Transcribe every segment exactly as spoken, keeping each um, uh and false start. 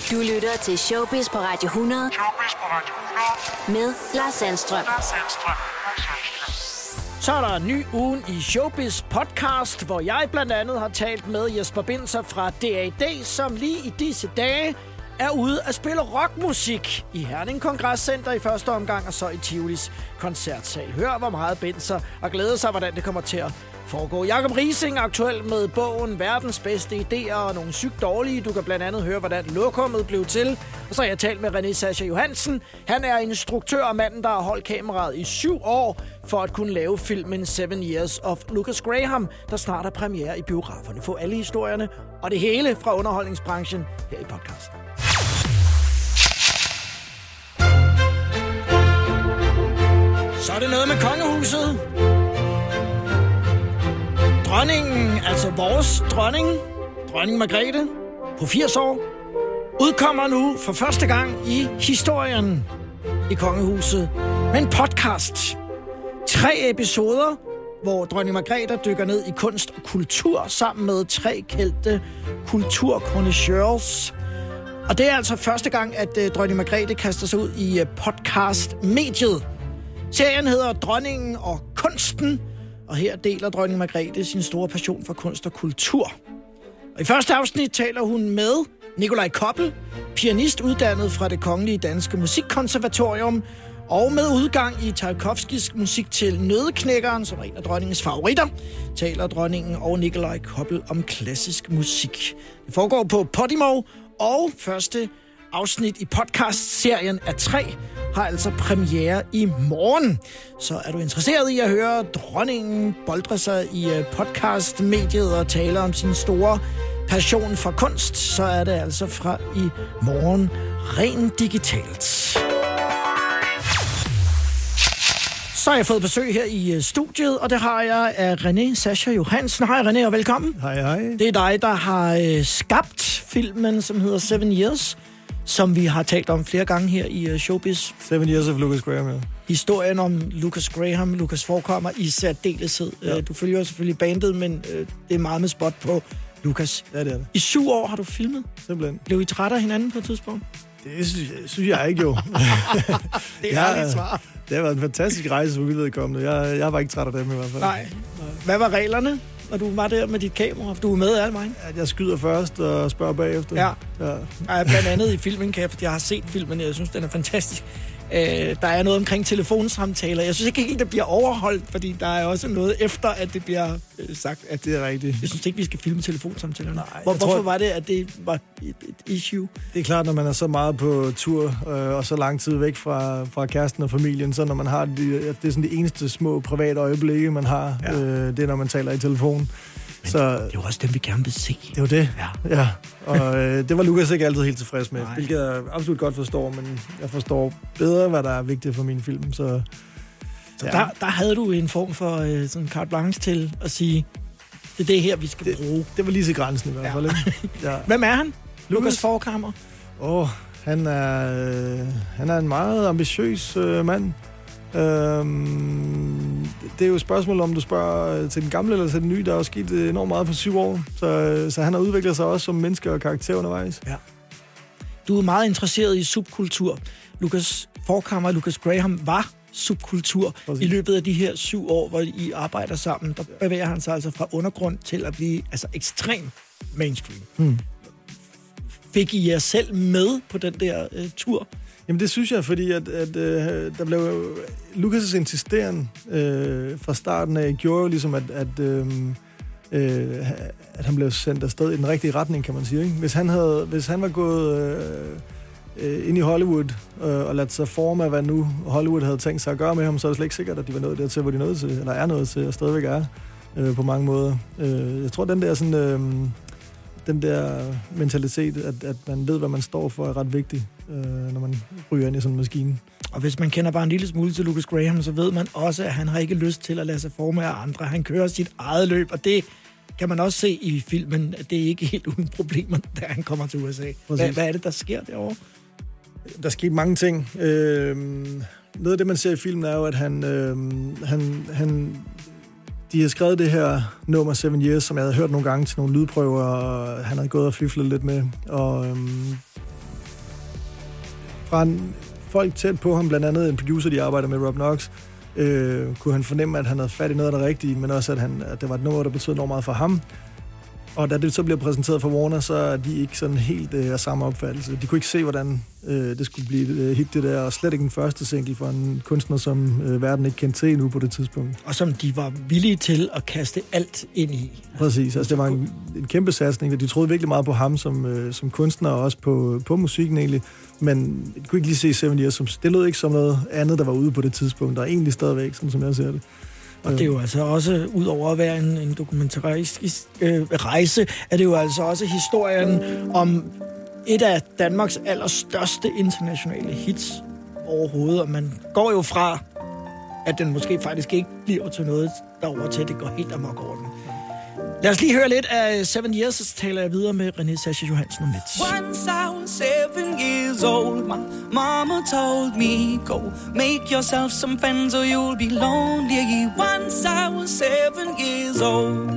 Du lytter til Showbiz på Radio hundrede. Showbiz på Radio hundrede. Med Lars Sandstrøm. Lars Sandstrøm. Så er der en ny ugen i Showbiz podcast, hvor jeg blandt andet har talt med Jesper Binzer fra D A D, som lige i disse dage er ude at spille rockmusik i Herning Kongresscenter i første omgang, og så i Tivolis koncertsal. Hør, hvor meget Binzer og glæder sig, hvordan det kommer til at foregå. Jakob Riising er aktuel med bogen Verdens bedste idéer og nogle sygt dårlige. Du kan blandt andet høre, hvordan lokummet blev til. Og så har jeg talt med René Sascha Johansen. Han er instruktør og manden, der har holdt kameraet i syv år for at kunne lave filmen Seven Years of Lucas Graham, der snart er premiere i biograferne. Få alle historierne og det hele fra underholdningsbranchen her i podcasten. Så er det noget med kongehuset. Dronningen, altså vores dronning, dronning Margrethe, på firs år, udkommer nu for første gang i historien i kongehuset med en podcast. Tre episoder, hvor dronning Margrethe dykker ned i kunst og kultur sammen med tre kendte kulturkondisseurs. Og det er altså første gang, at uh, dronning Margrethe kaster sig ud i uh, podcast-mediet. Serien hedder Dronningen og Kunsten, og her deler dronning Margrethe sin store passion for kunst og kultur. Og i første afsnit taler hun med Nikolaj Koppel, pianist uddannet fra Det Kongelige Danske Musikkonservatorium, og med udgang i Tchaikovskys musik til Nøddeknækkeren, som er en af dronningens favoritter, taler dronningen og Nikolaj Koppel om klassisk musik. Det foregår på Podimo, og første afsnit i podcast-serien af tre har altså premiere i morgen. Så er du interesseret i at høre dronningen boldre sig i podcast-mediet og tale om sin store passion for kunst, så er det altså fra i morgen rent digitalt. Så har jeg fået besøg her i studiet, og det har jeg af René Sascha Johansen. Hej René, og velkommen. Hej, hej. Det er dig, der har skabt filmen, som hedder Seven Years, som vi har talt om flere gange her i Showbiz. Seven Years of Lucas Graham, ja. Historien om Lucas Graham, Lucas forekommer i særdeleshed. Ja. Du følger selvfølgelig bandet, men det er meget med spot på Lucas. Ja, det er det. I syv år har du filmet. Simpelthen. Blev I trætte af hinanden på et tidspunkt? Det synes jeg, synes jeg ikke, jo. Det er ærligt svar. Det har været en fantastisk rejse, for vi vedkommende. Jeg, jeg var ikke træt af dem i hvert fald. Nej. Hvad var reglerne, når du var der med dit kamera? Du var med alle mig. At jeg skyder først og spørger bagefter. Ja. Ja. Ja, blandt andet i filmen, kan jeg, fordi jeg har set filmen, jeg synes, den er fantastisk. Øh, der er noget omkring telefonsamtaler. Jeg synes ikke helt, det bliver overholdt, fordi der er også noget efter, at det bliver øh, sagt, at det er rigtigt. Jeg synes ikke, vi skal filme telefonsamtaler. Nej, Hvor, hvorfor tror, var det, at det var et, et issue? Det er klart, når man er så meget på tur øh, og så lang tid væk fra, fra kæresten og familien, så når man har de, det er sådan de eneste små private øjeblikke, man har, ja. øh, det er, når man taler i telefon. Men så, det er jo også dem, vi gerne vil se. Det var det. Ja. Ja. Og øh, det var Lucas ikke altid helt tilfreds med, Nej. hvilket jeg absolut godt forstår, men jeg forstår bedre, hvad der er vigtigt for min film. Så, så ja. der, der havde du en form for øh, sådan carte blanche til at sige, det er det her, vi skal det, bruge. Det var lige til grænsen i hvert fald. Ja. Ja. Hvem er han? Lucas Forkammer? Åh, oh, han er, øh, han er en meget ambitiøs øh, mand. Øhm, det er jo et spørgsmål, om du spørger til den gamle eller til den nye. Der er jo sket enormt meget på syv år, så, så han har udviklet sig også som menneske og karakter undervejs. Ja. Du er meget interesseret i subkultur. Lucas Forkammer og Lucas Graham var subkultur. Præcis. I løbet af de her syv år, hvor I arbejder sammen. Der bevæger han sig altså fra undergrund til at blive altså ekstrem mainstream. Hmm. Fik I jer selv med på den der uh, tur? Jamen det synes jeg, fordi at, at øh, der blev Lucas' insisteren øh, fra starten af gjorde jo ligesom, at, at, øh, øh, at han blev sendt afsted i den rigtige retning, kan man sige. Ikke? Hvis, han havde, hvis han var gået øh, øh, ind i Hollywood øh, og ladt sig forme af, hvad nu Hollywood havde tænkt sig at gøre med ham, så er det slet ikke sikkert, at de var nået dertil, hvor de nåede til, eller er nået til, og stadigvæk er øh, på mange måder. Øh, jeg tror, den der sådan... Øh, den der mentalitet, at, at man ved, hvad man står for, er ret vigtig, øh, når man ryger ind i sådan en maskine. Og hvis man kender bare en lille smule til Lucas Graham, så ved man også, at han har ikke lyst til at lade sig forme af andre. Han kører sit eget løb, og det kan man også se i filmen, at det er ikke helt uden problemer, da han kommer til U S A. Hvad, hvad er det, der sker derovre? Der sker mange ting. Øh, noget af det, man ser i filmen, er jo, at han, øh, han, han de har skrevet det her nummer Seven Years, som jeg havde hørt nogle gange til nogle lydprøver, og han havde gået og flyflet lidt med. Og øhm, fra en, folk tæt på ham, blandt andet en producer, de arbejder med, Rob Knox, øh, kunne han fornemme, at han havde fat i noget af det rigtige, men også, at, han, at det var et nummer, der betød enormt meget for ham. Og da det så bliver præsenteret for Warner, så er de ikke sådan helt øh, af samme opfattelse. De kunne ikke se, hvordan øh, det skulle blive øh, hit, det der, og slet ikke den første single for en kunstner, som øh, verden ikke kendte til nu på det tidspunkt. Og som de var villige til at kaste alt ind i. Præcis, altså det var en, en kæmpe satsning, og de troede virkelig meget på ham som, øh, som kunstner, og også på, på musikken egentlig. Men de kunne ikke lige se Seven Years, som stillede ikke som noget andet, der var ude på det tidspunkt, der er egentlig stadigvæk, sådan som jeg ser det. Og det er jo altså også, ud over at være en, en dokumentaristisk øh, rejse, er det jo altså også historien om et af Danmarks allerstørste internationale hits overhovedet. Og man går jo fra, at den måske faktisk ikke bliver til noget derover til, at det går helt amok over den. Lad os lige høre lidt af Seven Years, så taler jeg videre med René Sascha Johansen om lidt. Once I was seven years old, my mama told me, go make yourself some friends or you'll be lonely. Once I was seven years old.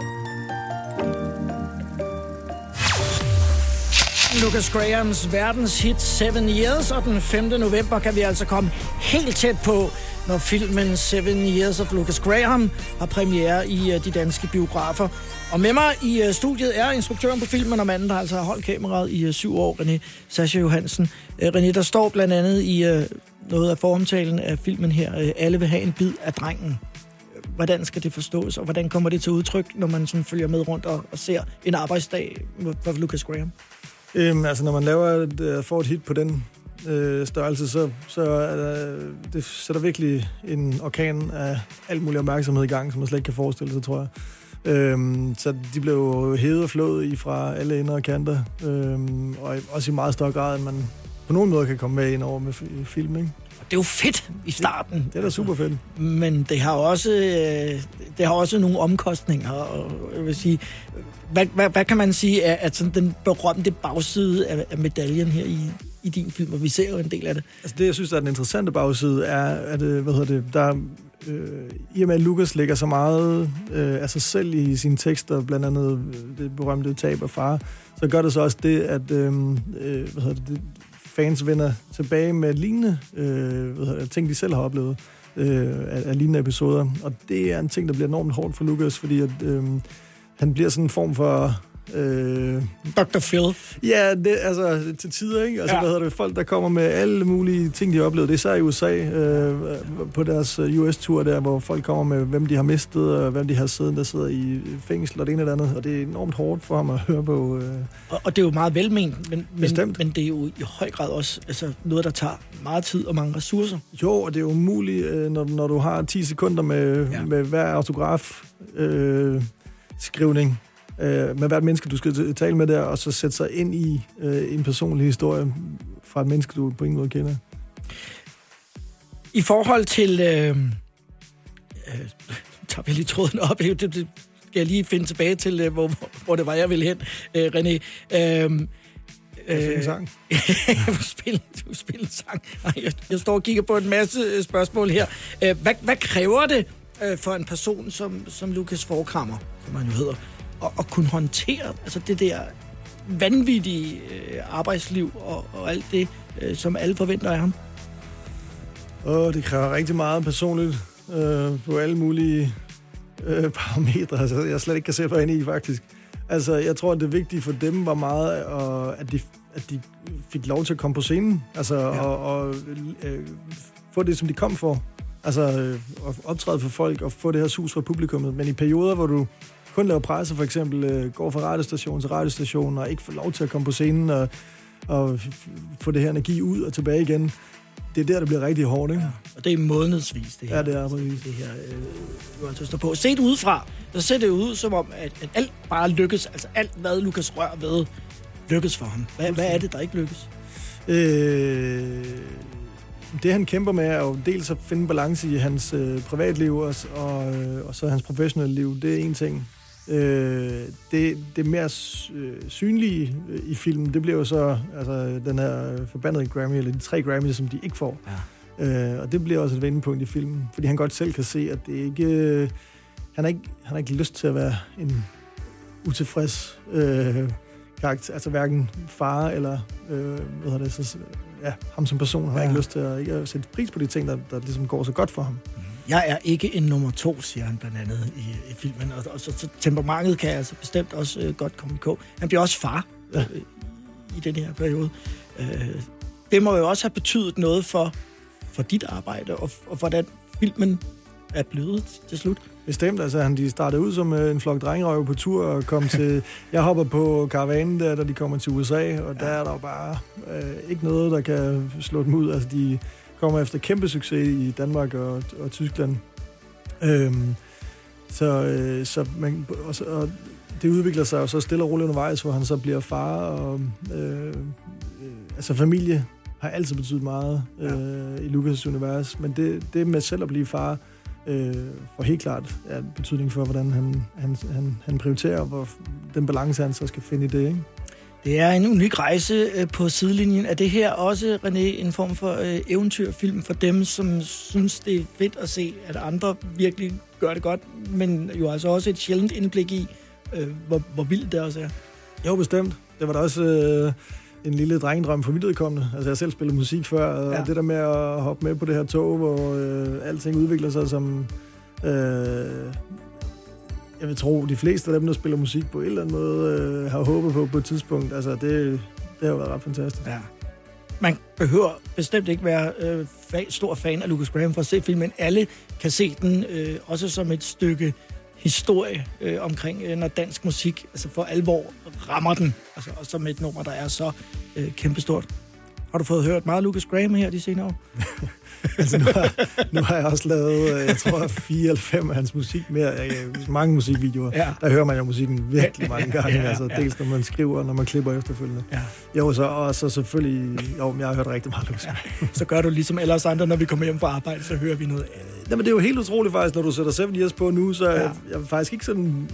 Lucas Grahams verdenshit Seven Years, og den femte november kan vi altså komme helt tæt på, når filmen Seven Years of Lucas Graham har premiere i uh, de danske biografer. Og med mig i uh, studiet er instruktøren på filmen, og manden, der altså har holdt kameraet i uh, syv år, René Sascha Johansen. Uh, René, der står blandt andet i uh, noget af foromtalen af filmen her, uh, alle vil have en bid af drengen. Hvordan skal det forstås, og hvordan kommer det til udtryk, når man sådan følger med rundt og, og ser en arbejdsdag for Lucas Graham? Øhm, altså, når man laver et, får et hit på den øh, størrelse, så, så er der, det sætter virkelig en orkan af alt mulig opmærksomhed i gang, som man slet ikke kan forestille sig, tror jeg. Øhm, så de blev hævet og flået i fra alle ender og kanter, øhm, og også i meget større grad, end man på nogen måde kan komme med ind over med film, ikke? Det er jo fedt i starten. Det, det er da super fedt. Men det har også, det har også nogle omkostninger, og jeg vil sige, hvad, hvad, hvad kan man sige er at sådan den berømte bagside af, af medaljen her i, i din film, og vi ser jo en del af det. Altså det, jeg synes, der er den interessante bagside, er, at, hvad hedder det, der øh, i og med, at Lucas lægger så meget øh, af sig selv i sine tekster, blandt andet det berømte Tab af far, så gør det så også det, at øh, hvad hedder det, fans vender tilbage med lignende øh, hvad hedder det, ting, de selv har oplevet øh, af, af lignende episoder. Og det er en ting, der bliver enormt hårdt for Lucas, fordi at, øh, han bliver sådan en form for Øh, doktor Phil. Ja, det, altså til tider, ikke? Altså, ja. Hvad hedder det? Folk, der kommer med alle mulige ting, de har oplevet. Det er så i U S A, øh, på deres U S-tur der, hvor folk kommer med, hvem de har mistet, og hvem de har siddet, der sidder i fængsel, og det ene eller andet. Og det er enormt hårdt for ham at høre på. Øh. Og, og det er jo meget velment, men, men, men det er jo i høj grad også altså, noget, der tager meget tid og mange ressourcer. Jo, og det er jo umuligt, øh, når, når du har ti sekunder med, ja. med hver autograf øh, skrivning, med hvert menneske, du skal tale med der, og så sætte sig ind i øh, en personlig historie fra et menneske, du på ingen måde kender. I forhold til... Øh, øh, tager vi lige tråden op, det, det skal jeg lige finde tilbage til, øh, hvor, hvor det var, jeg ville hen, øh, René. Øh, øh, en sang. du spiller du spiller en sang. Nej, jeg, jeg står og kigger på en masse spørgsmål her. Øh, hvad, hvad kræver det øh, for en person som, som Lucas Forchhammer, som han jo hedder, Og, og kunne håndtere altså det der vanvittige øh, arbejdsliv og, og alt det, øh, som alle forventer af ham? Åh, det kræver rigtig meget personligt øh, på alle mulige øh, parametre, altså, jeg slet ikke kan se for ind i, faktisk. Altså, jeg tror, at det vigtige for dem var meget, og, at, de, at de fik lov til at komme på scenen, altså, ja. og, og øh, få det, som de kom for. Altså, øh, at optræde for folk og få det her sus fra publikummet. Men i perioder, hvor du kun laver presser, for eksempel øh, går fra radiostation til radiostation, og ikke får lov til at komme på scenen og, og få det her energi ud og tilbage igen. Det er der, det bliver rigtig hårdt, ikke? Ja, og det er månedsvis, det her. Ja, det er præcis. Det her, øh, du altså står på. Set udefra, så ser det ud som om, at, at alt bare lykkes. Altså alt, hvad Lucas rører ved, lykkes for ham. Hvad, hvad er det, der ikke lykkes? Øh, det, han kæmper med, er jo dels at finde balance i hans øh, privatliv og, og, øh, og så hans professionelle liv. Det er en ting. Øh, det, det mere øh, synlige øh, i filmen, det bliver jo så altså, den her forbandede Grammy, eller de tre Grammys, som de ikke får. Ja. Øh, og det bliver også et vendepunkt i filmen, fordi han godt selv kan se, at det ikke... Øh, han, har ikke han har ikke lyst til at være en utilfreds, øh, karakter, altså hverken far eller øh, hvad hedder det, så, ja, ham som person har ja. ikke lyst til at, ikke at sætte pris på de ting, der, der ligesom går så godt for ham. Jeg er ikke en nummer to, siger han blandt andet i, i filmen, og, og så, så temperamentet kan altså bestemt også øh, godt komme i kog. Han bliver også far ja. øh, i den her periode. Øh, det må jo også have betydet noget for, for dit arbejde, og, og hvordan filmen er blevet til slut. Bestemt, altså han, de startede ud som øh, en flok drengerøve på tur og kom til, jeg hopper på karavanen der, da de kommer til U S A, og ja. der er der jo bare øh, ikke noget, der kan slå dem ud. Altså de kommer efter kæmpe succes i Danmark og, og Tyskland. Øhm, så, øh, så man, og, og det udvikler sig jo så stille og roligt undervejs, hvor han så bliver far, og øh, øh, altså familie har altid betydet meget øh, ja. i Lucas' univers, men det, det med selv at blive far, øh, for helt klart er en betydning for, hvordan han, han, han, han prioriterer, og hvor den balance, han så skal finde i det, ikke? Det er en unik rejse øh, på sidelinjen. Er det her også, René, en form for øh, eventyrfilm for dem, som synes, det er fedt at se, at andre virkelig gør det godt, men jo altså også et sjældent indblik i, øh, hvor, hvor vildt det også er? Jo, bestemt. Det var da også øh, en lille drengedrøm for mit udkommende. Altså, jeg selv spillede musik før, og ja. det der med at hoppe med på det her tog, hvor øh, alting udvikler sig som... Øh, Jeg vil tro, de fleste af dem, der spiller musik på en eller anden måde, øh, har håbet på på et tidspunkt. Altså, det, det har været ret fantastisk. Ja. Man behøver bestemt ikke være øh, fa- stor fan af Lucas Graham for at se filmen. Alle kan se den øh, også som et stykke historie øh, omkring, øh, når dansk musik altså for alvor rammer den. Altså, og som et nummer, der er så øh, kæmpestort. Har du fået hørt meget Lucas Graham her de senere år? altså, nu har, nu har jeg også lavet, jeg tror, fire eller fem af hans musik mere. Mange musikvideoer. Ja. Der hører man jo musikken virkelig mange gange. Ja, ja, altså, dels ja. når man skriver, og når man klipper efterfølgende. Ja. Jo, så, og så selvfølgelig... Jo, jeg har hørt rigtig meget Lucas Graham. Ja. Så gør du ligesom ellers andre, når vi kommer hjem fra arbejde, så hører vi noget af det. Jamen, det er jo helt utroligt faktisk, når du sætter Seven Years på nu, så ja. jeg, jeg er faktisk ikke sådan...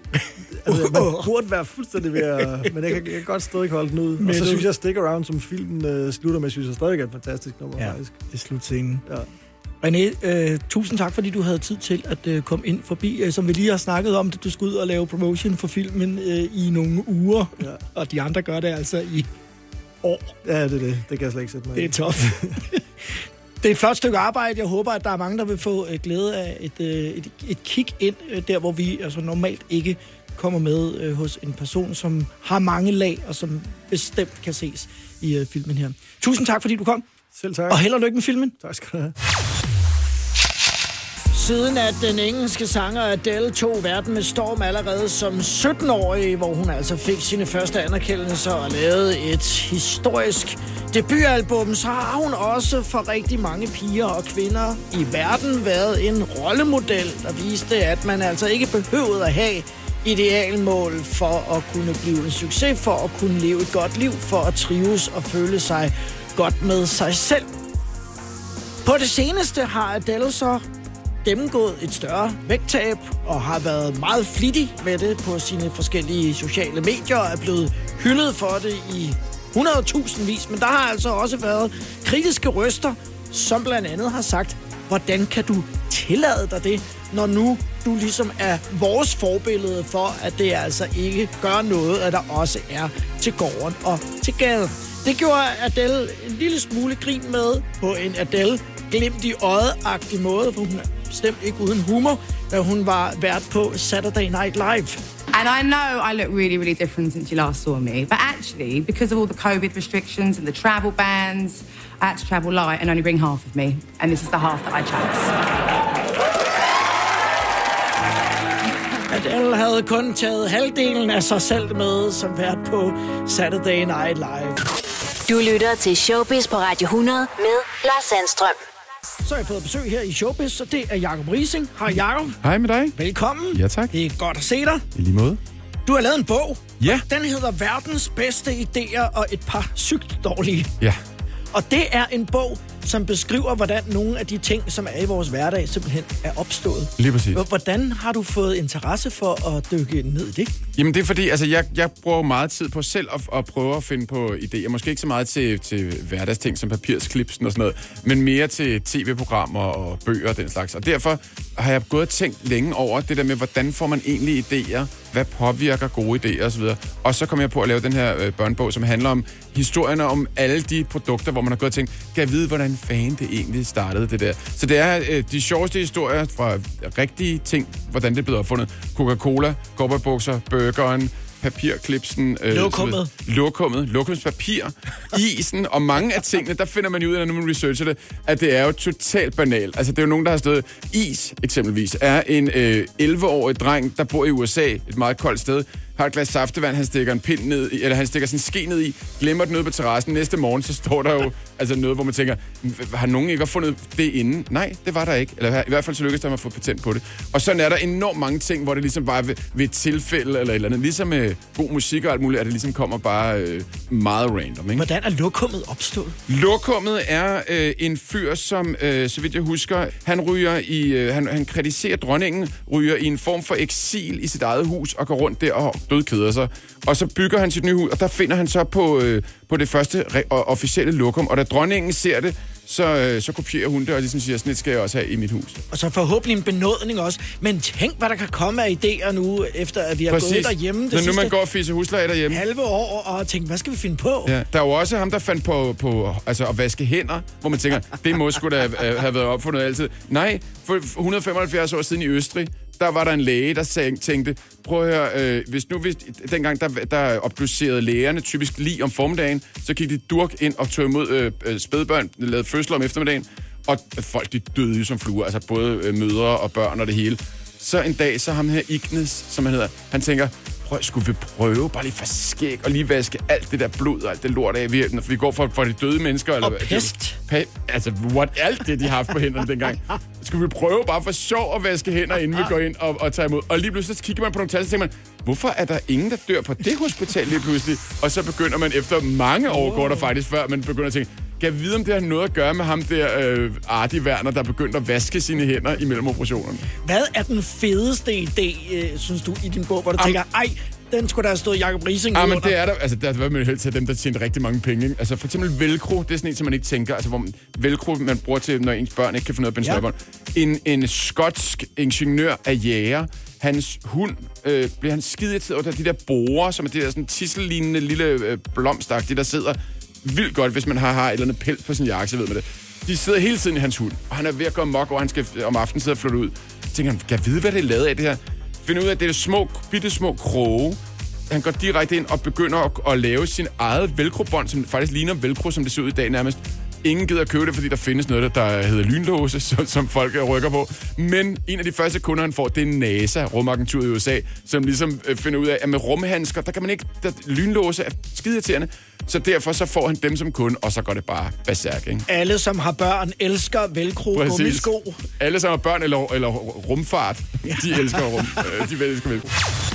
Altså, man burde være fuldstændig ved at... Men jeg kan, jeg kan godt stadig holde den ud. Men og så du... synes jeg, Stick Around, som filmen øh, slutter med, synes jeg stadig er et fantastisk nummer, ja, faktisk. det er slutscenen. Ja. René, øh, tusind tak, fordi du havde tid til at øh, komme ind forbi. Øh, som vi lige har snakket om, at du skulle ud og lave promotion for filmen øh, i nogle uger. Ja. Og de andre gør det altså i år. Ja, det er det. Det kan jeg slet ikke sætte mig. Det er top. Det er et flot stykke arbejde. Jeg håber, at der er mange, der vil få øh, glæde af et, øh, et, et kig ind, øh, der hvor vi altså normalt ikke kommer med øh, hos en person, som har mange lag, og som bestemt kan ses i øh, filmen her. Tusind tak, fordi du kom. Selv tak. Og held og lykke med filmen. Tak skal du have. Siden at den engelske sanger Adele tog verden med storm allerede som sytten-årig, hvor hun altså fik sine første anerkendelser og lavede et historisk debutalbum, så har hun også for rigtig mange piger og kvinder i verden været en rollemodel, der viste, at man altså ikke behøvede at have idealmål for at kunne blive en succes, for at kunne leve et godt liv, for at trives og føle sig godt med sig selv. På det seneste har Adele så gennemgået et større vægttab og har været meget flittig med det på sine forskellige sociale medier og er blevet hyldet for det i hundredtusindvis. Men der har altså også været kritiske røster, som blandt andet har sagt, hvordan kan du tillade dig det, når nu du ligesom er vores forbillede for, at det altså ikke gør noget, at der også er til gården og til gaden. Det gjorde Adele en lille smule grin med på en Adele glimt i øjet-agtig måde, for hun er bestemt ikke uden humor, da hun var vært på Saturday Night Live. And I know I look really, really different since you last saw me, but actually, because of all the COVID restrictions and the travel bans, I had to travel light and only bring half of me, and this is the half that I chose. Adele havde kun taget halvdelen af sig selv med som vært på Saturday Night Live. Du lytter til Showbiz på Radio hundrede med Lars Sandstrøm. Så har jeg fået besøg her i Showbiz, og det er Jacob Riising. Hej Jacob. Hej med dig. Velkommen. Ja, tak. Det er godt at se dig. I lige måde. Du har lavet en bog. Ja. Den hedder Verdens bedste idéer og et par sygt dårlige. Ja. Og det er en bog, som beskriver, hvordan nogle af de ting, som er i vores hverdag, simpelthen er opstået. Lige præcis. Hvordan har du fået interesse for at dykke ned i det? Jamen det er fordi, altså jeg, jeg bruger meget tid på selv at, at prøve at finde på idéer. Måske ikke så meget til, til hverdagsting som papirsklipsen og sådan noget, men mere til tv-programmer og bøger og den slags. Og derfor har jeg gået og tænkt længe over det der med, hvordan får man egentlig idéer, hvad påvirker gode idéer osv. Og så kom jeg på at lave den her øh, børnebog, som handler om historierne om alle de produkter, hvor man har gået og tænkt, kan jeg vide, hvordan fanden det egentlig startede, det der. Så det er øh, de sjoveste historier fra rigtige ting, hvordan det blev opfundet. Coca-Cola, cowboybukser, burgeren, papirklipsen, øh, lokummet, lokummet, lokumspapir, isen og mange af tingene, der finder man ud af, når man researcher det, at det er jo totalt banalt. Altså det er jo nogen, der har stået is, eksempelvis, er en øh, elleve-årig dreng, der bor i U S A, et meget koldt sted, har et glas saftevand, han stikker en pind ned i, eller han stikker sådan en ske ned i, glemmer den ude på terrassen. Næste morgen, så står der jo altså noget, hvor man tænker, har nogen ikke fundet det inden? Nej, det var der ikke. Eller i hvert fald så lykkedes der med at få patent på det. Og sådan er der enormt mange ting, hvor det ligesom bare ved, ved et tilfælde eller et eller andet. Ligesom med øh, god musik og alt muligt, at det ligesom kommer bare øh, meget random. Ikke? Hvordan er lokummet opstået? Lokummet er øh, en fyr, som, øh, så vidt jeg husker, han ryger i, øh, han, han kritiserer dronningen, ryger i en form for eksil i sit eget hus og går rundt der og dødkeder sig. Og så bygger han sit nye hus, og der finder han så på, øh, på det første re- officielle lokum. Og da dronningen ser det, så, øh, så kopierer hun det og ligesom siger, sådan et skal jeg også have i mit hus. Og så forhåbentlig en benådning også. Men tænk, hvad der kan komme af idéer nu, efter at vi har Præcis. gået derhjemme det Når sidste nu man går og fiser husleje derhjemme. halve år og tænker, hvad skal vi finde på? Ja. Der er jo også ham, der fandt på, på altså at vaske hænder, hvor man tænker, det må sgu da have, have været opfundet altid. Nej, for et hundrede og femoghalvfjerds år siden i Østrig, der var der en læge, der tænkte, prøv at høre, øh, hvis nu, hvis, dengang der, der obducerede lægerne typisk lige om formiddagen, så gik de durk ind og tog imod øh, spædbørn, lavede fødsler om eftermiddagen, og folk de døde jo som fluer, altså både øh, mødre og børn og det hele. Så en dag, så ham her Ignes, som han hedder, han tænker, prøv, skulle vi prøve bare lige for skæg og lige vaske alt det der blod og alt det lort af, vi, når vi går for, for de døde mennesker. Og eller, pest. Pa- altså, what, alt det, de har haft på hænderne dengang. Skulle vi prøve bare for sjov at vaske hænder, inden vi går ind og, og tager imod. Og lige pludselig så kigger man på nogle tal, og tænker man, hvorfor er der ingen, der dør på det hospital lige pludselig? Og så begynder man efter mange år, går der faktisk før, man begynder at tænke, kan jeg vide, om det har noget at gøre med ham der øh, Artie Werner, der begyndte at vaske sine hænder imellem operationerne? Hvad er den fedeste idé, øh, synes du, i din bog, hvor du Am- tænker, ej, den skulle der have stået Jacob Riising Ja, men under? det er der, altså der vil man jo helst have dem, der tjener rigtig mange penge. Ikke? Altså for eksempel velcro, det er sådan en, som man ikke tænker, altså hvor man, velcro, man bruger til, når ens børn ikke kan få noget at binde snørbånd. En, en skotsk ingeniør af jæger, hans hund, øh, bliver han skide til, og der de der borer, som er det der sådan tissellignende lille øh, blomstagtige, der sidder vildt godt, hvis man har, har et eller andet pels på sin jakke, så ved man det. De sidder hele tiden i hans hund, og han er ved at gå amok, og han skal om aftenen sidde og flytte ud. Så tænker han, kan jeg vide, hvad det er lavet af det her? Finder ud af, at det er små, bitte små kroge. Han går direkte ind og begynder at, at lave sin eget velcro-bånd, som faktisk ligner velcro, som det ser ud i dag nærmest. Ingen gider at købe det, fordi der findes noget, der hedder lynlåse, som folk rykker på. Men en af de første kunder, han får, det er NASA, rumagenturet i U S A, som ligesom finder ud af, at med rumhandsker, der kan man ikke... Der, lynlåse er skideirriterende. Så derfor så får han dem som kunde, og så går det bare berserk, ikke? Alle, som har børn, elsker velcro, gummisko. Alle, som har børn eller, eller rumfart, ja. de elsker rum. de elsker velcro.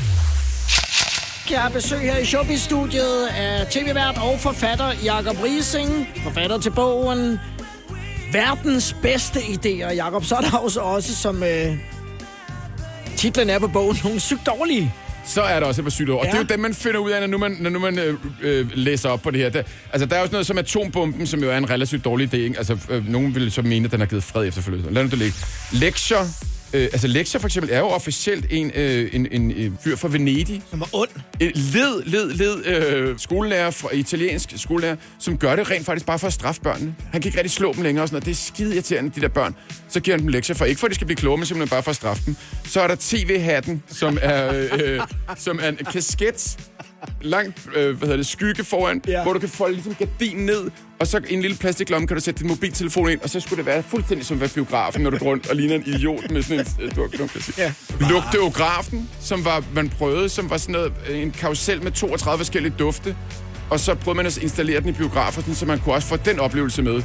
Jeg har besøg her i Showbiz-studiet af tv-vært og forfatter Jacob Riising, forfatter til bogen Verdens bedste idéer. Jacob, så er der også, også som øh, titlen er på bogen, nogle sygt dårlige. Så er der også et par sygt år. Og ja. Det er jo dem, man finder ud af, når nu man, når nu man øh, øh, læser op på det her. Der, altså, der er også noget som atombomben, som jo er en relativt dårlig idé. Ikke? Altså, øh, nogen vil så mene, at den har givet fred efterfølgende. Lad nu det ligge. Lektier. Øh, altså, Lektier for eksempel er jo officielt en, øh, en, en, en fyr fra Venedig. Som er ond. En led, led, led øh, skolelærer, fra, italiensk skolelærer, som gør det rent faktisk bare for at straffe børnene. Han kan ikke rigtig slå dem længere og sådan noget. Det er skide irriterende, de der børn. Så giver han dem lektier for, ikke for at de skal blive klogere, men simpelthen bare for at straffe dem. Så er der T V-hatten, som er, øh, som er en kasket, langt øh, hvad hedder det, skygge foran, ja. Hvor du kan folde ligesom gardinen ned, og så i en lille plastiklomme kan du sætte din mobiltelefon ind, og så skulle det være fuldstændig som at være biografen, når du går rundt og ligner en idiot med sådan en... Øh, du ja. Lugteografen, som var, man prøvede, som var sådan noget, en karusel med toogtredive forskellige dufte, og så prøvede man at installere den i biografen, så man kunne også få den oplevelse med.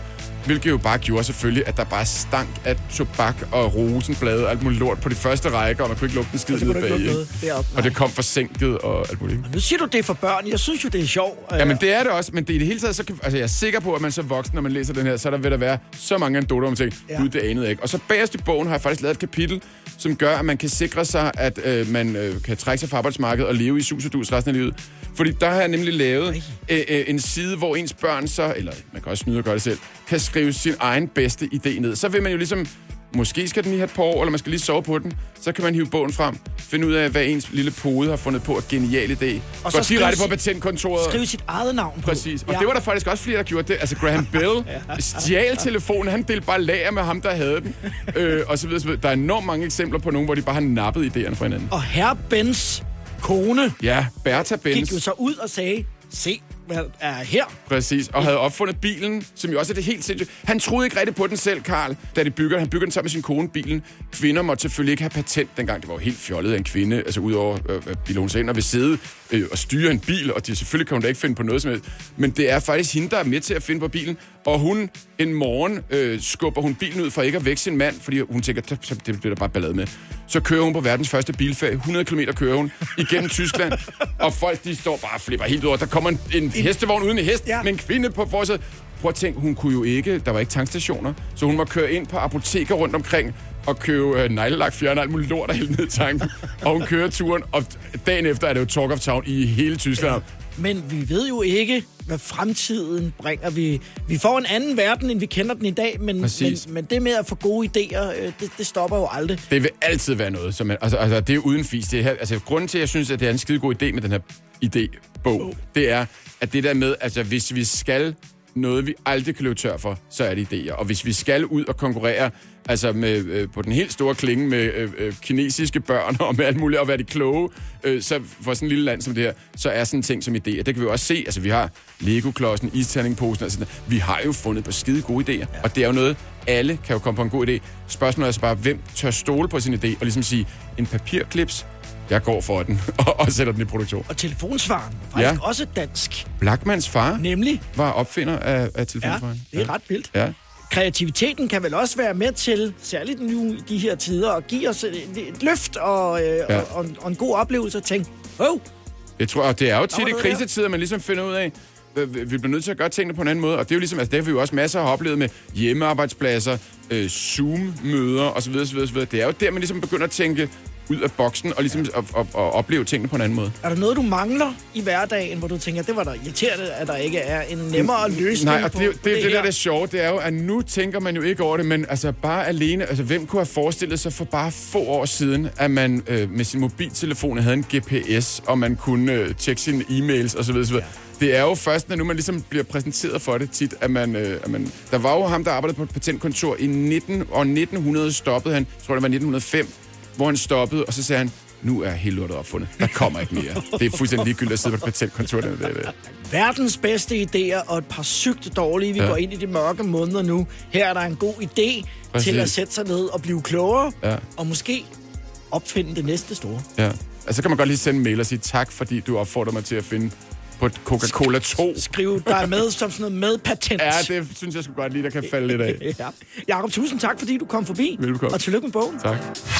hvilket jo bare gjorde selvfølgelig, at der bare stank af tobak og rosenblade og alt muligt lort på de første rækker, og man kunne ikke lugte en skid ned bag. Og det kom forsinket og alt muligt. Og nu siger du det for børn. Jeg synes jo, det er sjovt. Ja, men det er det også. Men det i det hele taget, så kan, altså jeg er sikker på, at man så voksen, når man læser den her, så der vil der være så mange anekdoter om ting. Ja. Gud, det anede jeg ikke. Og så bagerst i bogen har jeg faktisk lavet et kapitel, som gør, at man kan sikre sig, at øh, man øh, kan trække sig fra arbejdsmarkedet og leve i sus og dus resten af livet. Fordi der har jeg nemlig lavet øh, øh, en side, hvor ens børn så, eller man kan også snyde og gøre det selv, kan skrive sin egen bedste idé ned. Så vil man jo ligesom, måske skal den lige have et par år, eller man skal lige sove på den. Så kan man hive bogen frem, finde ud af, hvad ens lille pode har fundet på, et genial idé. Og så direkte på patentkontoret. Skrive sit eget navn på. Præcis. Og ja. Det var der faktisk også flere, der gjorde det. Altså Graham Bell ja. stjal telefonen, han delte bare lager med ham, der havde den. øh, og så videre, så videre. Der er enormt mange eksempler på nogen, hvor de bare har nappet idéerne fra hinanden. Og herr Benz kone, ja, Bertha Benz, gik jo så ud og sagde, se, hvad er her? Præcis, og havde opfundet bilen, som jo også er det helt sindssygt. Han troede ikke rigtig på den selv, Karl, da de bygger. Han bygger den sammen med sin kone, bilen. Kvinder måtte selvfølgelig ikke have patent dengang. Det var jo helt fjollet af en kvinde, altså udover øh, bilen, hun sagde, og vil sidde øh, og styre en bil, og de, selvfølgelig kan hun da ikke finde på noget som helst. Men det er faktisk hende, der er med til at finde på bilen. Og hun, en morgen, øh, skubber hun bilen ud for ikke at vække sin mand, fordi hun tænker, det bliver der bare ballade med. Så kører hun på verdens første bilferie. hundrede kilometer kører hun igennem Tyskland, og folk, de står bare og flipper helt over. Der kommer en, en hestevogn uden en hest, ja. med en kvinde på forsædet. Prøv at tænke, hun kunne jo ikke, der var ikke tankstationer, så hun må køre ind på apoteker rundt omkring og købe øh, neglelak, fjerne alt muligt lort og hælde ned i tanken. Og hun kører turen, og dagen efter er det jo Talk of Town i hele Tyskland. Ja. Men vi ved jo ikke, hvad fremtiden bringer. Vi, vi får en anden verden, end vi kender den i dag, men, men, men det med at få gode idéer, det, det stopper jo aldrig. Det vil altid være noget. Som man, altså, altså, det er uden fis. Det her, altså, grunden til, at jeg synes, at det er en skide god idé med den her idébog, oh. det er, at det der med, altså hvis vi skal noget, vi aldrig kan løbe tør for, så er det idéer. Og hvis vi skal ud og konkurrere altså med, øh, på den helt store klinge med øh, øh, kinesiske børn og med alt muligt, og være de kloge, øh, så for sådan et lille land som det her, så er sådan en ting som idéer. Det kan vi jo også se. Altså vi har Lego-klodsen, isterningposen, altså vi har jo fundet på skide gode idéer. Ja. Og det er jo noget, alle kan jo komme på en god idé. Spørgsmålet er altså bare, hvem tør stole på sin idé og ligesom sige, en papirklips, jeg går for den, og, og sætter den i produktion. Og telefonsvaren var faktisk ja. også dansk. Blackmans far Nemlig? var opfinder af, af telefonsvaren. Ja, det er ja. ret vildt. Ja. Kreativiteten kan vel også være med til, særligt nu i de her tider, at give os et, et løft og, øh, ja. og, og, og en god oplevelse at tænke, oh, jeg tror, det er jo tit i krisetider, man ligesom finder ud af, vi bliver nødt til at gøre tingene på en anden måde, og det er jo ligesom, altså det har vi jo også masser af oplevet med hjemmearbejdspladser, øh, Zoom-møder osv. osv., osv. Det er jo der, man ligesom begynder at tænke ud af boksen og ligesom at, at, at opleve tingene på en anden måde. Er der noget, du mangler i hverdagen, hvor du tænker, det var da irriterende, at der ikke er en nemmere løsning? Nej, og på, det, på det, det, det, det der er sjovt, det er jo, at nu tænker man jo ikke over det, men altså bare alene, altså hvem kunne have forestillet sig for bare få år siden, at man øh, med sin mobiltelefon havde en G P S, og man kunne øh, tjekke sine e-mails osv. osv. Ja. Det er jo først, når nu man ligesom bliver præsenteret for det tit, at man, øh, at man... Der var jo ham, der arbejdede på et patentkontor i nitten, og nitten hundrede stoppede han, jeg tror det var nitten hundrede og fem, hvor han stoppede, og så sagde han, nu er hele lortet opfundet. Der kommer ikke mere. Det er fuldstændig ligegyldigt at sidde på et patentkontor. Det, det, det. Verdens bedste idéer og et par sygt dårlige. Vi ja. går ind i de mørke måneder nu. Her er der en god idé Præcis. til at sætte sig ned og blive klogere, ja. og måske opfinde det næste store. Ja. Altså kan man godt lige sende en mail og sige tak, fordi du opfordrer mig til at finde på et Coca-Cola to. Skriv dig med som sådan noget med patent. Ja, det synes jeg sgu godt lige, der kan falde lidt af. ja. Jakob, tusind tak, fordi du kom forbi. Velbekomme. Og tillykke med bogen. Tak.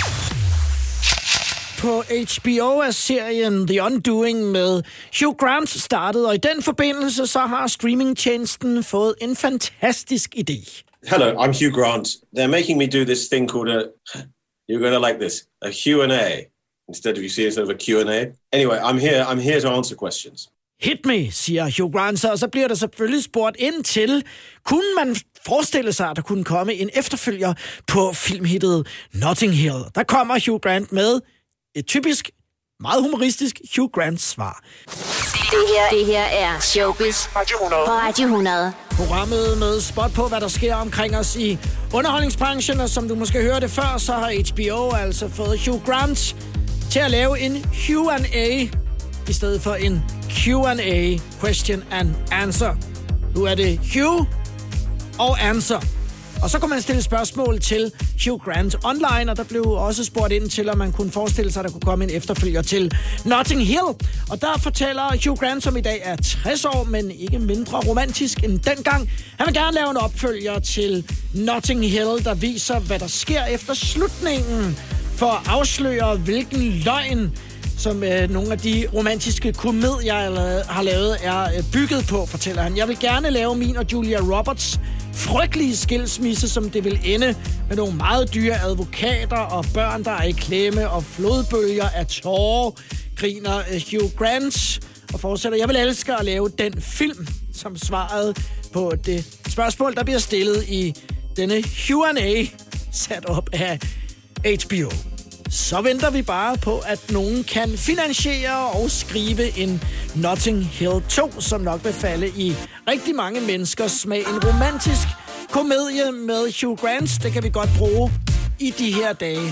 På H B O er serien The Undoing med Hugh Grant startet, og i den forbindelse så har streamingtjenesten fået en fantastisk idé. Hello, I'm Hugh Grant. They're making me do this thing called a... You're going to like this. A Q and A. Instead of you see it sort of a Q and A. Anyway, I'm here, I'm here to answer questions. Hit me, siger Hugh Grant så, og så bliver der selvfølgelig spurgt ind til, kunne man forestille sig, at der kunne komme en efterfølger på filmhittet Notting Hill? Der kommer Hugh Grant med et typisk, meget humoristisk Hugh Grant svar. Det her, det her er Showbiz på Radio hundrede. Programmet med spot på, hvad der sker omkring os i underholdningsbranchen, og som du måske hørte før, så har H B O altså fået Hugh Grant til at lave en Q and A i stedet for en Q and A, question and answer. Nu er det Hugh og answer. Og så kan man stille spørgsmål til Hugh Grant online, og der blev også spurgt ind til, om man kunne forestille sig, at der kunne komme en efterfølger til Notting Hill. Og der fortæller Hugh Grant, som i dag er tres år, men ikke mindre romantisk end dengang. Han vil gerne lave en opfølger til Notting Hill, der viser, hvad der sker efter slutningen, for at afsløre, hvilken løgn, som øh, nogle af de romantiske komedier, jeg har lavet, er øh, bygget på, fortæller han. Jeg vil gerne lave min og Julia Roberts frygtelige skilsmisse, som det vil ende med nogle meget dyre advokater og børn, der er i klemme, og flodbølger af tårer, griner øh, Hugh Grant og fortsætter. Jeg vil elske at lave den film, som svaret på det spørgsmål, der bliver stillet i denne Q and A, sat op af H B O. Så venter vi bare på, at nogen kan finansiere og skrive en Notting Hill to, som nok vil falde i rigtig mange menneskers smag. En romantisk komedie med Hugh Grant, det kan vi godt bruge i de her dage.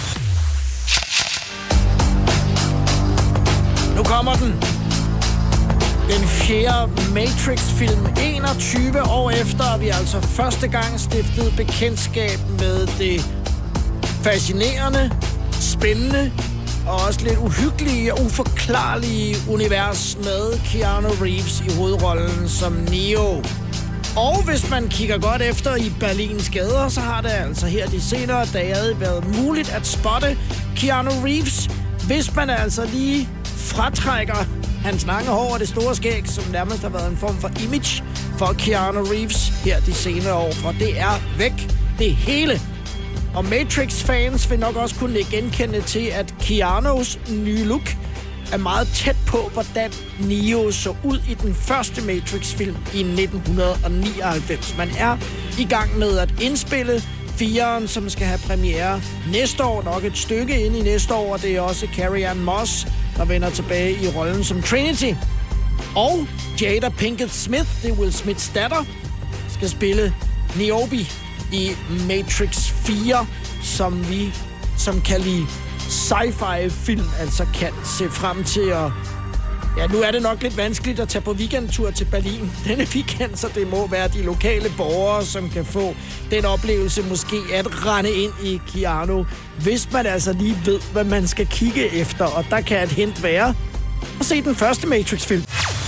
Nu kommer den. Den fjerde Matrix-film, enogtyve år efter, og vi altså første gang stiftet bekendtskab med det fascinerende, spændende og også lidt uhyggelige og uforklarlige univers med Keanu Reeves i hovedrollen som Neo. Og hvis man kigger godt efter i Berlins gader, så har det altså her de senere dage været muligt at spotte Keanu Reeves, hvis man altså lige fratrækker hans lange hår og det store skæg, som nærmest har været en form for image for Keanu Reeves her de senere år, for det er væk det hele. Og Matrix-fans vil nok også kunne genkende til, at Keanus nye look er meget tæt på, hvordan Neo så ud i den første Matrix-film i nitten nioghalvfems. Man er i gang med at indspille fireren, som skal have premiere næste år, nok et stykke ind i næste år, og det er også Carrie-Anne Moss, der vender tilbage i rollen som Trinity. Og Jada Pinkett Smith, det er Will Smiths datter, skal spille Niobe i Matrix fire, som vi, som kan lide sci-fi-film, altså kan se frem til at... Ja, nu er det nok lidt vanskeligt at tage på weekendtur til Berlin denne weekend, så det må være de lokale borgere, som kan få den oplevelse måske at rende ind i Keanu, hvis man altså lige ved, hvad man skal kigge efter. Og der kan et hint være at se den første Matrix-film.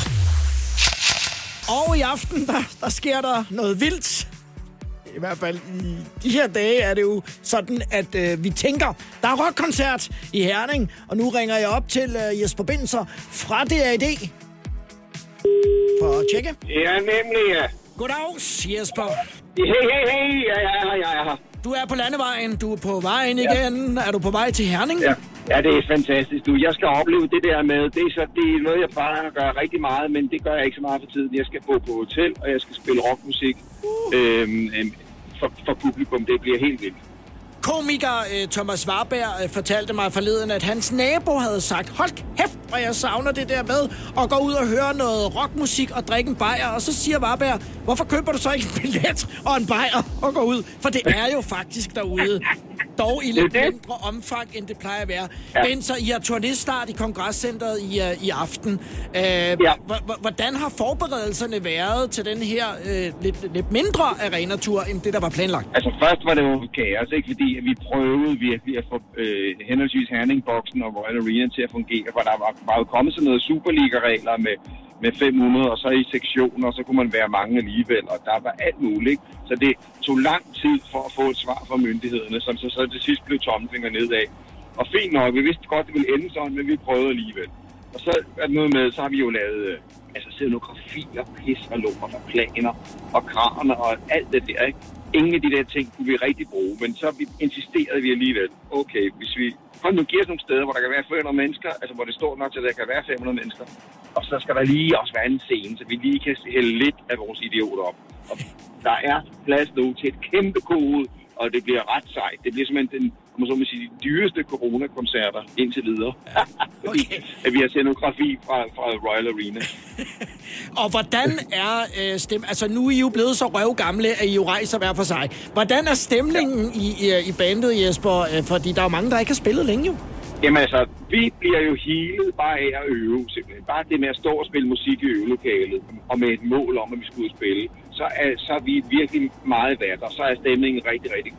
Og i aften, der, der sker der noget vildt. I hvert fald i de her dage er det jo sådan, at øh, vi tænker, der er rockkoncert i Herning, og nu ringer jeg op til øh, Jesper Binzer fra D A D for at tjekke. Ja, nemlig, ja. Goddags, Jesper. Hey, hey, hey, ja, ja, ja, ja. Du er på landevejen, du er på vejen igen. Ja. Er du på vej til Herning? Ja. Ja, det er fantastisk. Du, jeg skal opleve det der med, det er, så, det er noget, jeg plejer at gøre rigtig meget, men det gør jeg ikke så meget for tiden. Jeg skal bo på hotel, og jeg skal spille rockmusik uh. øhm, øhm, for, for publikum. Det bliver helt vildt. Komiker øh, Thomas Warberg øh, fortalte mig forleden, at hans nabo havde sagt, hold kæft, og jeg savner det der med at gå ud og høre noget rockmusik og drikke en bajer. Og så siger Warberg, hvorfor køber du så ikke en billet og en bajer og går ud? For det er jo faktisk derude. Dog i lidt mindre omfang, end det plejer at være. Ja. Men så I har turnéstart i Kongresscenteret i, uh, i aften. Uh, ja. Hvordan har forberedelserne været til den her uh, lidt, lidt mindre arenatur, end det, der var planlagt? Altså først var det jo kaos, ikke? Fordi vi prøvede virkelig at få uh, henholdsvis Herning-boksen og Royal Arena til at fungere, for der var, var jo kommet sådan noget Superliga-regler med, med fem hundrede, og så i sektioner, og så kunne man være mange alligevel, og der var alt muligt, ikke? Så det tog lang tid for at få et svar fra myndighederne, som så, så til sidst blev tommelfinger nedad. Og fint nok, vi vidste godt, det ville ende sådan, men vi prøvede alligevel. Og så er det noget med, så har vi jo lavet altså scenografier, pis og lort og planer og kraner og alt det der, ikke? Ingen af de der ting kunne vi rigtig bruge, men så insisterede vi alligevel. Okay, hvis vi Hold nu, giver os nogle steder, hvor der kan være fem hundrede mennesker, altså hvor det står nok til, at der kan være fem hundrede mennesker. Og så skal der lige også være en scene, så vi lige kan hælde lidt af vores idioter op. Og der er plads nu til et kæmpe kode, og det bliver ret sejt. Det bliver simpelthen den, om man så må sige, de dyreste coronakoncerter indtil videre. Ja, fordi okay. At vi har scenografi fra, fra Royal Arena. Og hvordan er øh, stem... Altså, nu er I jo blevet så røvgamle, at I jo rejser hver for sig. Hvordan er stemningen ja. i, i, i bandet, Jesper? Fordi der er jo mange, der ikke har spillet længe, jo. Jamen altså, vi bliver jo healet bare af at øve, simpelthen. Bare det med at stå og spille musik i øvelokalet, og med et mål om, at vi skal ud og spille, så er, så er vi virkelig meget værd, og så er stemningen rigtig, rigtig god.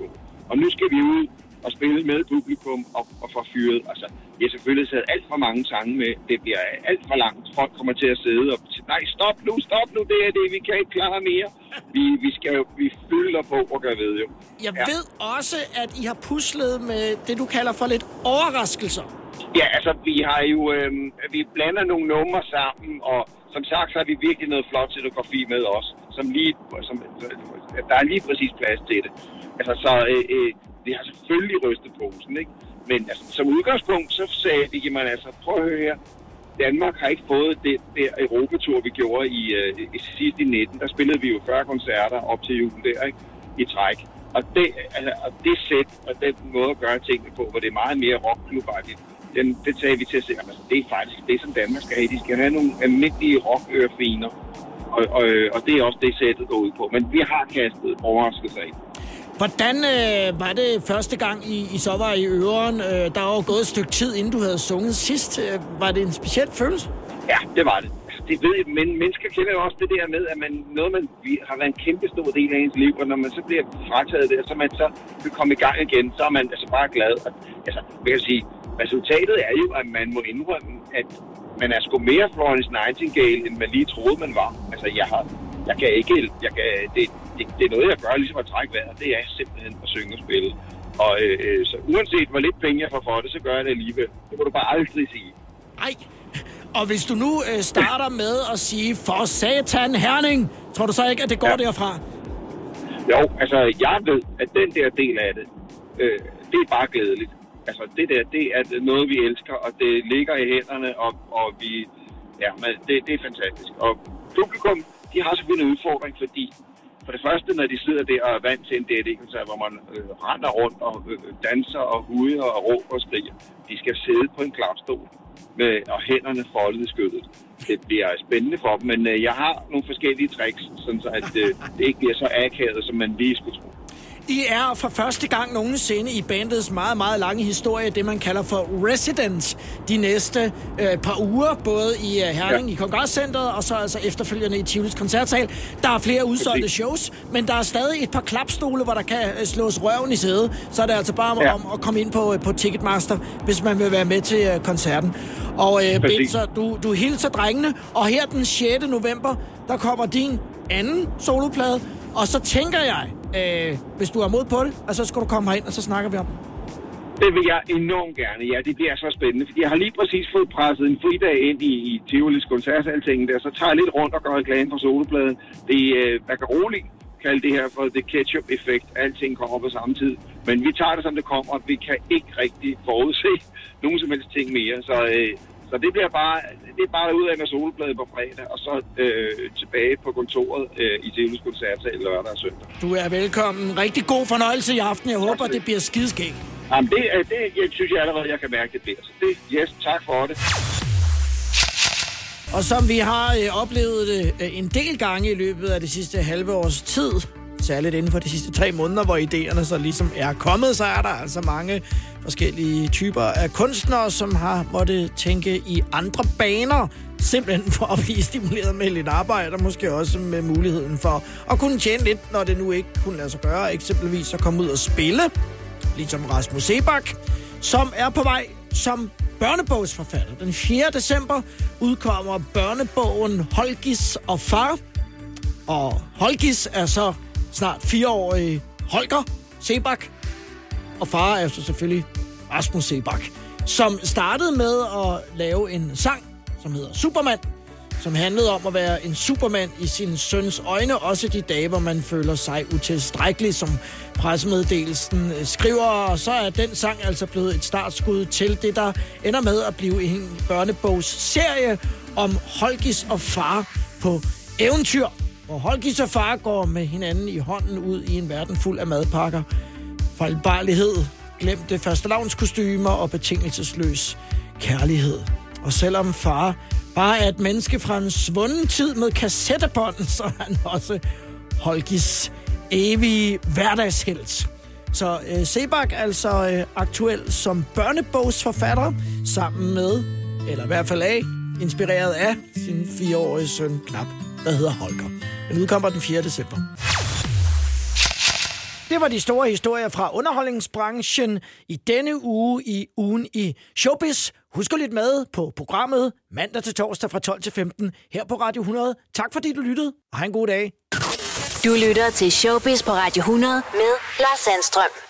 Og nu skal vi ud og spille med publikum og, og få fyret. Altså, jeg har selvfølgelig taget alt for mange sange med. Det bliver alt for langt. Folk kommer til at sidde og sige, nej, stop nu, stop nu, det er det, vi kan ikke klare mere. Vi, vi skal jo, vi fylder på og gør ved jo. Jeg ja. ved også, at I har puslet med det, du kalder for lidt overraskelser. Ja, altså, vi har jo, øh, vi blander nogle numre sammen, og som sagt, så har vi virkelig noget flot scenografi med os, som lige, som, der er lige præcis plads til det. Altså, så øh, øh, det har selvfølgelig rystet posen, ikke? Men altså, som udgangspunkt, så sagde de, jamen altså, prøv at høre her. Danmark har ikke fået det der Europatur, vi gjorde i, øh, i sidst i nitten. Der spillede vi jo fyrre koncerter op til julen der, ikke? I træk. Og det, altså, og det sæt og den måde at gøre tingene på, hvor det er meget mere rockklubagtigt, den, det tager vi til at se. Altså, det er faktisk det, som Danmark skal have. De skal have nogle almindelige rockørefiner. Og, og, og det er også det, sættet går ud på. Men vi har kastet overraskelser ind. Hvordan øh, var det første gang, I, I så var i øren? Øh, der var jo gået et stykke tid, inden du havde sunget sidst. Øh, var det en speciel følelse? Ja, det var det. Altså, det ved jeg, men mennesker kender jo også det der med, at man, noget, man vi har været en kæmpe stor del af ens liv, og når man så bliver frataget det, så man så vil komme i gang igen, så er man altså bare glad. Og, altså, vil jeg sige, resultatet er jo, at man må indrømme, at man er sgu mere Florence Nightingale, end man lige troede, man var. Altså, jeg har, jeg kan ikke, jeg kan, det, det, det er noget, jeg gør, ligesom at trække vejret. Det er simpelthen at synge og spille. Og øh, så uanset hvor lidt penge jeg får for det, så gør jeg det alligevel. Det må du bare aldrig sige. Ej, og hvis du nu øh, starter med at sige, for satan Herning, tror du så ikke, at det går ja. derfra? Jo, altså, jeg ved, at den der del af det, øh, det er bare glædeligt. Altså, det der, det er noget, vi elsker, og det ligger i hænderne, og, og vi, ja, men det, det er fantastisk. Og publikum, de har selvfølgelig en udfordring, fordi for det første, når de sidder der og er vant til en D R D-koncert, hvor man øh, render rundt og øh, danser og huder og råber og skriger, de skal sidde på en klapstol med og hænderne foldet i skødet. Det bliver spændende for dem, men øh, jeg har nogle forskellige tricks, sådan så at øh, det ikke bliver så akavet, som man lige skulle tro. I er for første gang nogensinde i bandets meget, meget lange historie, det man kalder for residence, de næste øh, par uger, både i uh, Herning, ja. i Kongresscenteret, og så altså efterfølgende i Tivolis Koncertsal. Der er flere udsolgte shows, men der er stadig et par klapstole, hvor der kan uh, slås røven i sædet. Så er det altså bare ja. om at komme ind på, uh, på Ticketmaster, hvis man vil være med til uh, koncerten. Og uh, Benzer, du, du hilser drengene, og her den sjette november, der kommer din anden soloplade, og så tænker jeg, Øh, hvis du er mod på det, og så skal du komme herind, og så snakker vi om det. Det vil jeg enormt gerne. Ja, det bliver så spændende, fordi jeg har lige præcis fået presset en fridag ind i, i Tivolis koncertsaltingen der, så tager jeg lidt rundt og gør reklame for solopladen. Det er, øh, man kan roligt kalde det her for the ketchup-effekt. Alting kommer på samme tid. Men vi tager det, som det kommer, og vi kan ikke rigtig forudse nogen som helst ting mere. Så, øh, så det bliver bare, det er bare ud af med soloplade på fredag, og så øh, tilbage på kontoret øh, i Tivolis koncertsal lørdag og søndag. Du er velkommen. Rigtig god fornøjelse i aften. Jeg håber, det bliver skideskægt. Jamen, det, det jeg synes jeg allerede, jeg kan mærke, det bliver. Så det, yes, tak for det. Og som vi har øh, oplevet det øh, en del gange i løbet af det sidste halve års tid, særligt inden for de sidste tre måneder, hvor idéerne så ligesom er kommet, så er der altså mange forskellige typer af kunstnere, som har måttet tænke i andre baner, simpelthen for at blive stimuleret med lidt arbejde, og måske også med muligheden for at kunne tjene lidt, når det nu ikke kunne lade sig gøre, eksempelvis at komme ud og spille, ligesom Rasmus Seebach, som er på vej som børnebogsforfatter. Den fjerde december udkommer børnebogen Holgis og Far, og Holgis er så snart fireårige Holger Seebach, og far er så selvfølgelig Rasmus Seebach, som startede med at lave en sang, som hedder Superman, som handlede om at være en supermand i sin søns øjne, også de dage, hvor man føler sig utilstrækkelig, som pressemeddelelsen skriver, og så er den sang altså blevet et startskud til det, der ender med at blive en børnebogsserie om Holgis og Far på eventyr, hvor Holgis og Far går med hinanden i hånden ud i en verden fuld af madpakker, fejlbarlighed, glemte fastelavnskostymer og betingelsesløs kærlighed. Og selvom Far bare er et menneske fra en svunden tid med kassettebånd, så er han også Holgis evige hverdagshelt. Så øh, Seebach altså øh, aktuel som børnebogsforfatter, sammen med, eller i hvert fald af, inspireret af sin fireårige søn Knap, der hedder Holger. Den udkommer den fjerde december. Det var de store historier fra underholdningsbranchen i denne uge i ugen i Showbiz. Husk at lytte med på programmet mandag til torsdag fra tolv til femten her på Radio hundrede. Tak fordi du lyttede, og have en god dag. Du lytter til Showbiz på Radio hundrede med Lars Sandstrøm.